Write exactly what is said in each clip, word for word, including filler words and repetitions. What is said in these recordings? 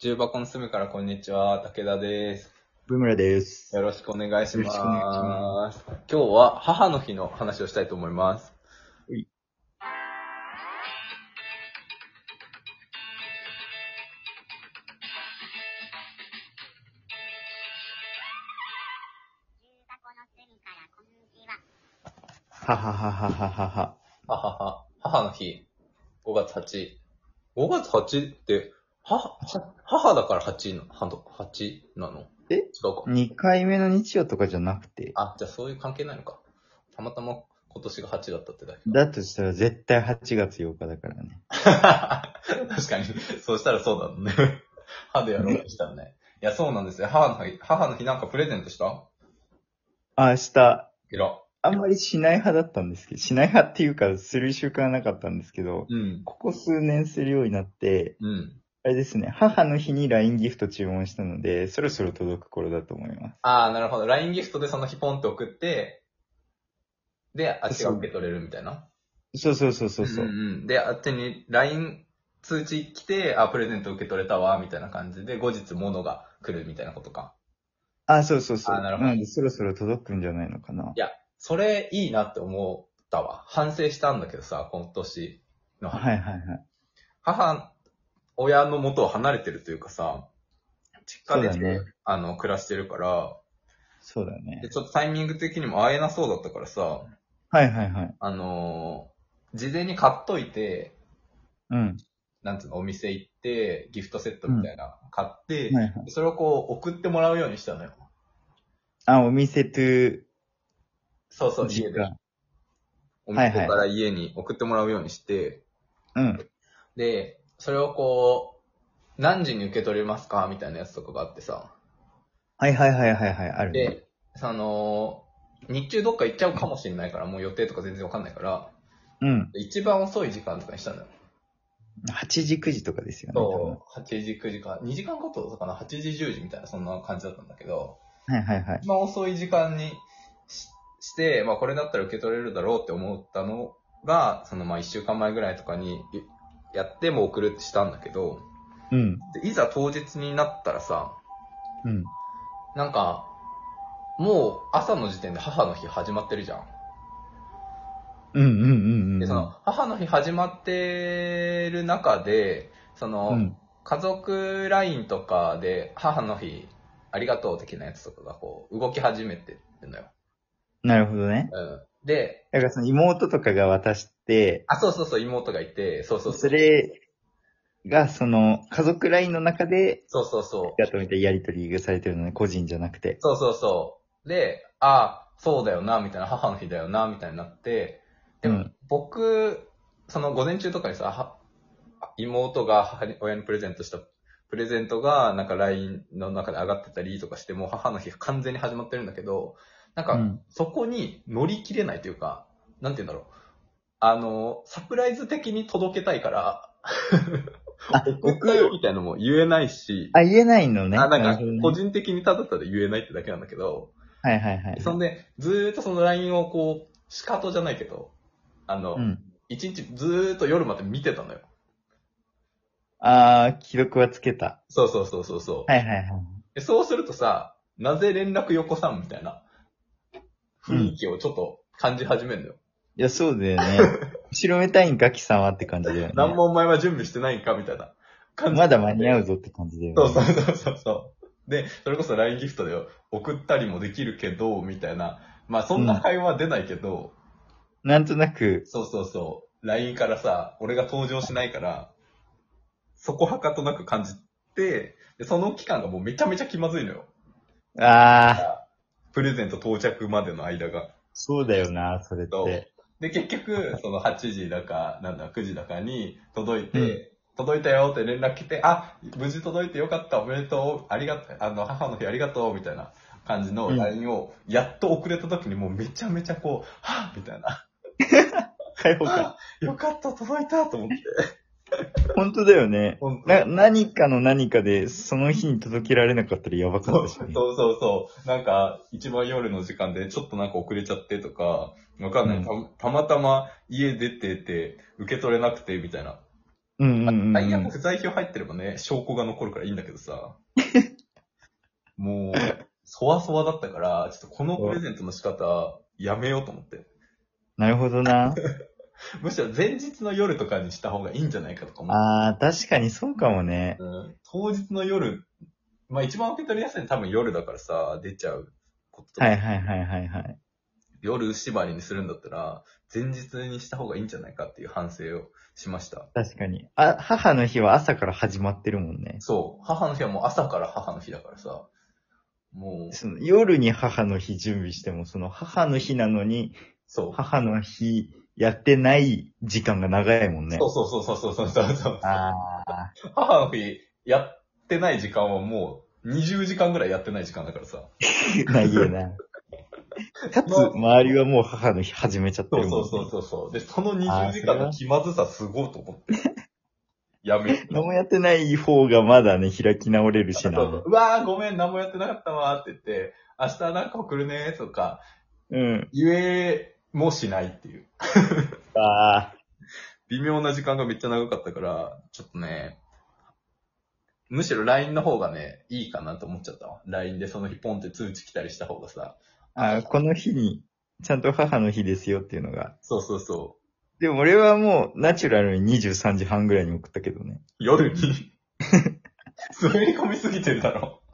重箱の隅からこんにちは、武田です。 ブムラです。 よろしくお願いします。 よろしくお願いします。 今日は母の日の話をしたいと思います。 ういははははははは。 ははは。母の日、ごがつはち。ごがつはちって、母、母だからはちの、はちなのえ違うか。 にかいめの日曜とかじゃなくて。 あ、じゃあそういう関係ないのか。たまたま今年がはちだったってだけか。 だとしたら絶対はちがつようかだからね。 確かに。そうしたらそうだもんね。歯でやろうとしたらね。いや、そうなんですよ。母の日、母の日なんかプレゼントしたあ、明日、 いら。 あんまりしない派だったんですけど、しない派っていうか、する習慣はなかったんですけど、 うん。 ここ数年するようになって、 うん。 あれですね、母の日に ライン ギフト注文したので、そろそろ届く頃だと思います。 ああ、なるほど。ライン ギフトでその日ポンって送って、で、あっちが受け取れるみたいな。 そうそうそうそうそう。 うんうん。で、あっちに ライン 通知来て、あ、プレゼント受け取れたわ、みたいな感じで、後日物が来るみたいなことか。 あ、そうそうそう。 あなるほどなので、そろそろ届くんじゃないのかな。 いや、それいいなって思ったわ。反省したんだけどさ、今年のはいはいはい。 母、親の元を離れてるというかさ、実家で、 そうだね。 あの、暮らしてるから、 そうだねで、。ちょっとタイミング的にも会えなそうだったからさ、 はいはいはい。 あのー事前に買っといて、 うん。 なんつうの、お店行って、ギフトセットみたいな、買って、 はいはい。 それをこう、送ってもらうようにしたのよ。 あ、お店とそうそう、家で。 実家。 おはいはい店から家に送ってもらうようにして、 うん。 で、それをこう、何時に受け取れますかみたいなやつとかがあってさ。 はいはいはいはいはい、あるね。 で、その、日中どっか行っちゃうかもしれないから、もう予定とか全然わかんないから、 うん。 一番遅い時間とかにしたのよ。 はちじくじとかですよね、多分。 そう、はちじくじか、にじかんごととかな、はちじじゅうじみたいな、そんな感じだったんだけど、 はいはいはい。 一番遅い時間にしして、まあこれだったら受け取れるだろうって思ったのが、そのまあいっしゅうかんまえぐらいとかにやってもう送るってしたんだけど、 うん。 でいざ当日になったらさ、 うん。 なんか、もう朝の時点で母の日始まってるじゃん。 うんうんうんうん。 で、その、母の日始まってる中で、その、 うん。 家族ラインとかで母の日ありがとう的なやつとかがこう、動き始めてるのよ。 なるほどね。 うん。で、 だからその妹とかが渡して、 あ、そうそうそう、妹がいて、そうそうそ。 そうれがその家族ラインの中で、 そうそうそう。 ありがとうみたいなやりとりがされてるのね、個人じゃなくて。 そうそうそう。で、あ、そうだよな、みたいな、母の日だよな、みたいになって、でも、 うん。 僕、その午前中とかにさ、は妹が母に親にプレゼントしたプレゼントが、なんか ライン の中で上がってたりとかして、もう母の日完全に始まってるんだけど、なんか、 うん。 そこに乗り切れないというか、なんて言うんだろう。あの、サプライズ的に届けたいから、 あ、 送ったよみたいなのも言えないし、 あ、言えないのね。 あ、なんかなるほど、ね、 個人的にただただ言えないってだけなんだけど、 はいはいはい、はい。 そんで、ずーっとその ライン をこう、仕方じゃないけど、あの、 うん。 一日ずーっと夜まで見てたのよ。 あー、記録はつけた。 そうそうそうそうそう。 はいはいはい。 でそうするとさ、なぜ連絡よこさんみたいな雰囲気をちょっと感じ始めるのよ。 いや、そうだよね。後ろめたいんか、貴様って感じだよね。 何もお前は準備してないんかみたいな感じ。 まだ間に合うぞって感じだよね。 そうそうそうそうそう。で、それこそ ライン ギフトで送ったりもできるけど、みたいな。まあそんな会話は出ないけど、 うん、なんとなく。 そうそうそう。ライン からさ、俺が登場しないから、そこはかとなく感じて、で、その期間がもうめちゃめちゃ気まずいのよ。 あー。 プレゼント到着までの間が。 そうだよな、それって。 で、結局、そのはちじだか、なんだ、くじだかに届いて、うん、届いたよって連絡来て、あ、無事届いてよかった、おめでとう、ありがとう、あの、母の日ありがとう、みたいな感じの ライン を、やっと送れた時にもうめちゃめちゃこう、はぁみたいな。 開放感。 よかった、届いたと思って。 本当だよね。な、何かの何かで、その日に届けられなかったらやばかったし、ね、 そうそうそう。なんか、一番夜の時間でちょっとなんか遅れちゃってとか、わかんない、うんた。たまたま家出てて、受け取れなくて、みたいな。 うんうんうん。 最悪不在票入ってればね、証拠が残るからいいんだけどさ。もう、そわそわだったから、ちょっとこのプレゼントの仕方、やめようと思って。 なるほどな。 むしろ前日の夜とかにした方がいいんじゃないかとか思って。 ああ、確かにそうかもね。 うん、当日の夜、まあ一番受け取りやすいのは多分夜だからさ、出ちゃうこととか。 はいはいはいはいはい。 夜縛りにするんだったら、前日にした方がいいんじゃないかっていう反省をしました。 確かに。あ、母の日は朝から始まってるもんね。 そう。母の日はもう朝から母の日だからさ、もう、 その夜に母の日準備しても、その母の日なのに、 そう。 母の日やってない時間が長いもんね。 そうそうそうそうそうそうそう。 ああ。 母の日やってない時間はもうにじゅうじかんぐらいやってない時間だからさ。 長えな。かつ、周りはもう母の日始めちゃってそうるもんね。 そうそうそう。で、そのにじゅうじかんの気まずさすごいと思って。やめよう。 何もやってない方がまだね、開き直れるしな。 うわーごめん、何もやってなかったわーって言って、明日なんか送るねーとか、 うん。 言えもしないっていう。 ああ。 微妙な時間がめっちゃ長かったから、ちょっとね、むしろ ライン の方がね、いいかなと思っちゃったわ。ライン でその日ポンって通知来たりした方がさ。 あ、この日に、ちゃんと母の日ですよっていうのが。 そうそうそでも俺はもう、ナチュラルににじゅうさんじはんぐらいに送ったけどね。 う。夜に滑り込みすぎてるだろ。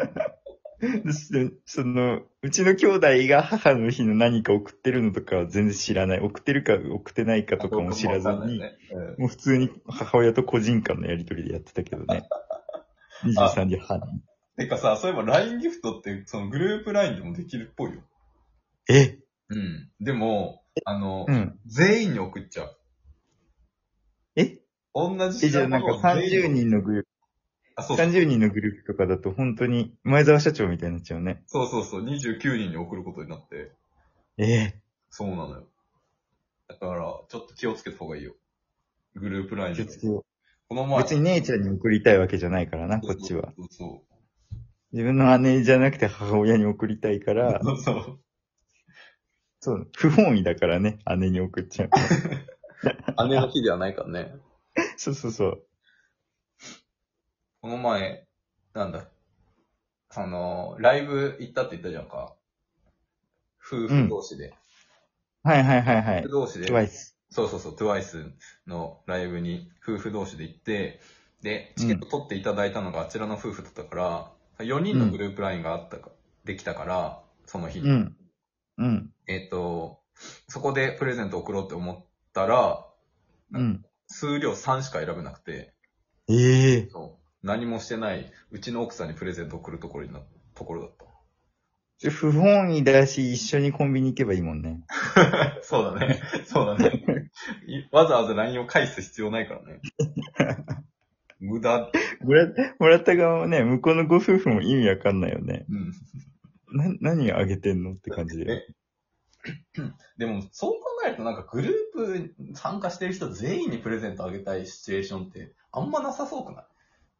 その、うちの兄弟が母の日の何か送ってるのとかは全然知らない。送ってるか送ってないかとかも知らずに、 ねうん、 もう普通に母親と個人間のやりとりでやってたけどね。にじゅうさんじはんに。 てかさ、そういえば ライン ギフトって、そのグループ ライン でもできるっぽいよ。 えうん。でも、あの、 うん。 全員に送っちゃう。 え同じえ、じゃあなんかさんじゅうにんのグループ。 あ、そうそう。 さんじゅうにんのグループとかだと本当に前澤社長みたいになっちゃうね。 そうそうそう。にじゅうきゅうにんに送ることになって。 ええそうなのよ。だから、ちょっと気をつけた方がいいよ。グループ ライン で。 気をつけよこのう。 前。 別に姉ちゃんに送りたいわけじゃないからな、こっちは。 そうそう自分の姉じゃなくて母親に送りたいから、 そう。そう。 そう、不本意だからね、姉に送っちゃう。 姉の日ではないからね。 そうそうそう。 この前、なんだ、その、ライブ行ったって言ったじゃんか。夫婦同士で。 はいはいはいはい。 夫婦同士で。 トゥワイス。 そうそうそう、トゥワイスのライブに夫婦同士で行って、で、チケット取っていただいたのがあちらの夫婦だったから、よにんのグループ ライン があったか、できたから、その日に。 うん。うん。 えっと、そこでプレゼント送ろうって思ったら、 うん。 数量さんしか選べなくて、 ええそう何もしてない、うちの奥さんにプレゼント送るところにな、ところだった。 ー。不本意だし、一緒にコンビニ行けばいいもんね。 そうだね。そうだね。いわざわざ ライン を返す必要ないからね。無駄。 もら、もらった側もね、向こうのご夫婦も意味わかんないよね。 うん。 な、何あげてんのって感じで。 でも、そう考えるとなんかグループ参加してる人全員にプレゼントあげたいシチュエーションってあんまなさそうくない？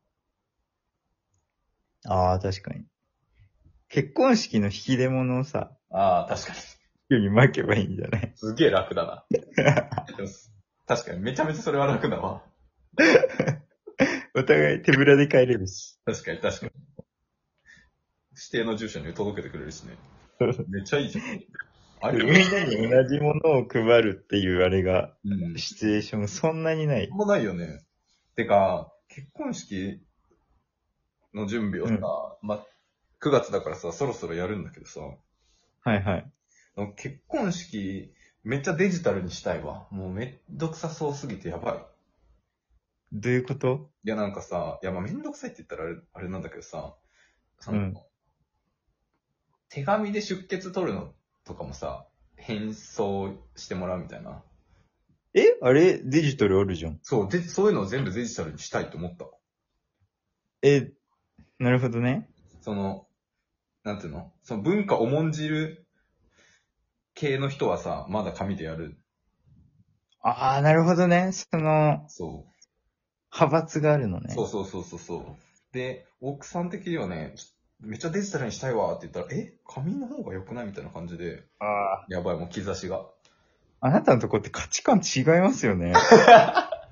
ああ、確かに。結婚式の引き出物をさ、 ああ、確かに。 世に巻けばいいんじゃないすげえ楽だな。でも確かに、めちゃめちゃそれは楽だわ。 お互い手ぶらで帰れるし。 確かに、確かに。指定の住所に届けてくれるしね。めっちゃいいじゃん。あみんれなに同じものを配るっていうあれが、 うん。 シチュエーションそんなにない。 もないよね。てか、結婚式の準備をさ、 うんま、くがつだからさ、そろそろやるんだけどさ、 はいはい。 結婚式、めっちゃデジタルにしたいわ。もうめんどくさそうすぎてやばい。 どういうこと？ いやなんかさ、いやまあめんどくさいって言ったらあれあれなんだけどさ、その、 うん。 手紙で出欠取るのとかもさ、返送してもらうみたいな。 えあれデジタルあるじゃん。 そう、で、そういうのを全部デジタルにしたいと思った。 え、なるほどね。 その、なんていうのその文化を重んじる系の人はさ、まだ紙でやる。 ああ、なるほどね。その、 そ派閥があるのう。 ね。 そうそうそうそうそう。で、奥さん的にはね、ちょめっちゃデジタルにしたいわって言ったら、え紙の方が良くないみたいな感じで、 ああ。 やばい、もう兆しが。 あなたのとこって価値観違いますよね。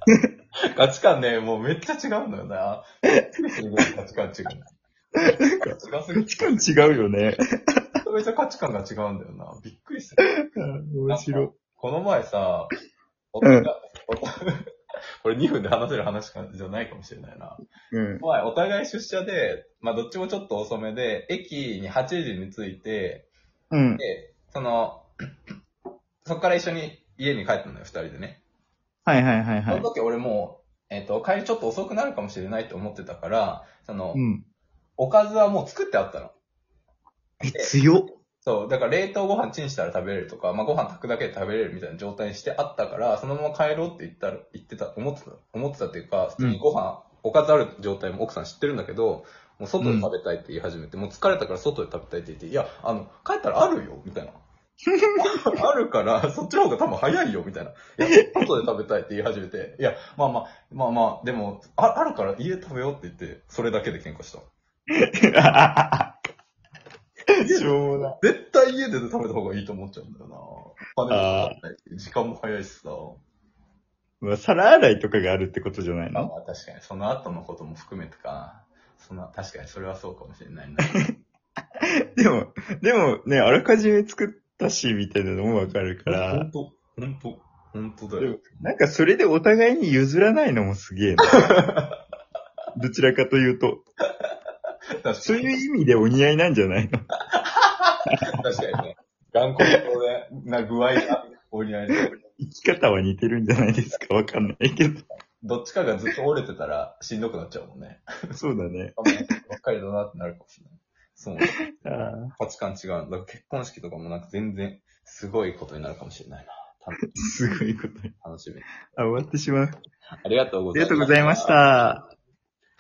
価値観ね、もうめっちゃ違うんだよな。価値観違う。 なんか、 違す価ぎ値観違うよね。 めっちゃ価値観が違うんだよな。びっくりする。 面白い。 この前さ、おうん互い、お互いこれにふんで話せる話じゃないかもしれないな。 うん。 前、お互い出社で、まあどっちもちょっと遅めで、駅にはちじに着いて、 うん。 で、その、そっから一緒に家に帰ったのよ、二人でね。 はいはいはいはい。 その時俺もう、えっ、と、帰りちょっと遅くなるかもしれないと思ってたから、その、 うん。 おかずはもう作ってあったの。 え、強っ。 そう、だから冷凍ご飯チンしたら食べれるとか、まあご飯炊くだけで食べれるみたいな状態にしてあったから、そのまま帰ろうって言ったら、言ってた、思ってた、思ってたっていうか、普通にご飯、おかずある状態も奥さん知ってるんだけど、もう外で食べたいって言い始めて、もう疲れたから外で食べたいって言って、いや、あの、帰ったらあるよみたいな。あるから、そっちの方が多分早いよみたいな。いや、外で食べたいって言い始めて、いや、まあまあ、まあまあ、でも、ああるから家で食べようって言って、それだけで喧嘩した。 しょうもない。 絶対家で食べた方がいいと思っちゃうんだよな。お金もかかんない。時間も早いしさ。 まあ、皿洗いとかがあるってことじゃないの？ まあまあ確かに、その後のことも含めてか。そんな、確かにそれはそうかもしれないな。 でも、でもね、あらかじめ作ったし、みたいなのもわかるから。 ほんと、ほんと、ほんとだよでも。なんかそれでお互いに譲らないのもすげえな。どちらかというと。 確かに。 そういう意味でお似合いなんじゃないの？ 確かにね。頑固そうな具合がお似合いで。 生き方は似てるんじゃないですか？わかんないけど。 どっちかがずっと折れてたらしんどくなっちゃうもんね。 そうだね。 あんまりばっかりだなってなるかもしれない。そうね。 あ価値観違う。だから結婚式とかもなんか全然すごいことになるかもしれないな。 すごいこと。 楽しみ。 あ、終わってしまう。 ありがとうございます。 ありがとうございました。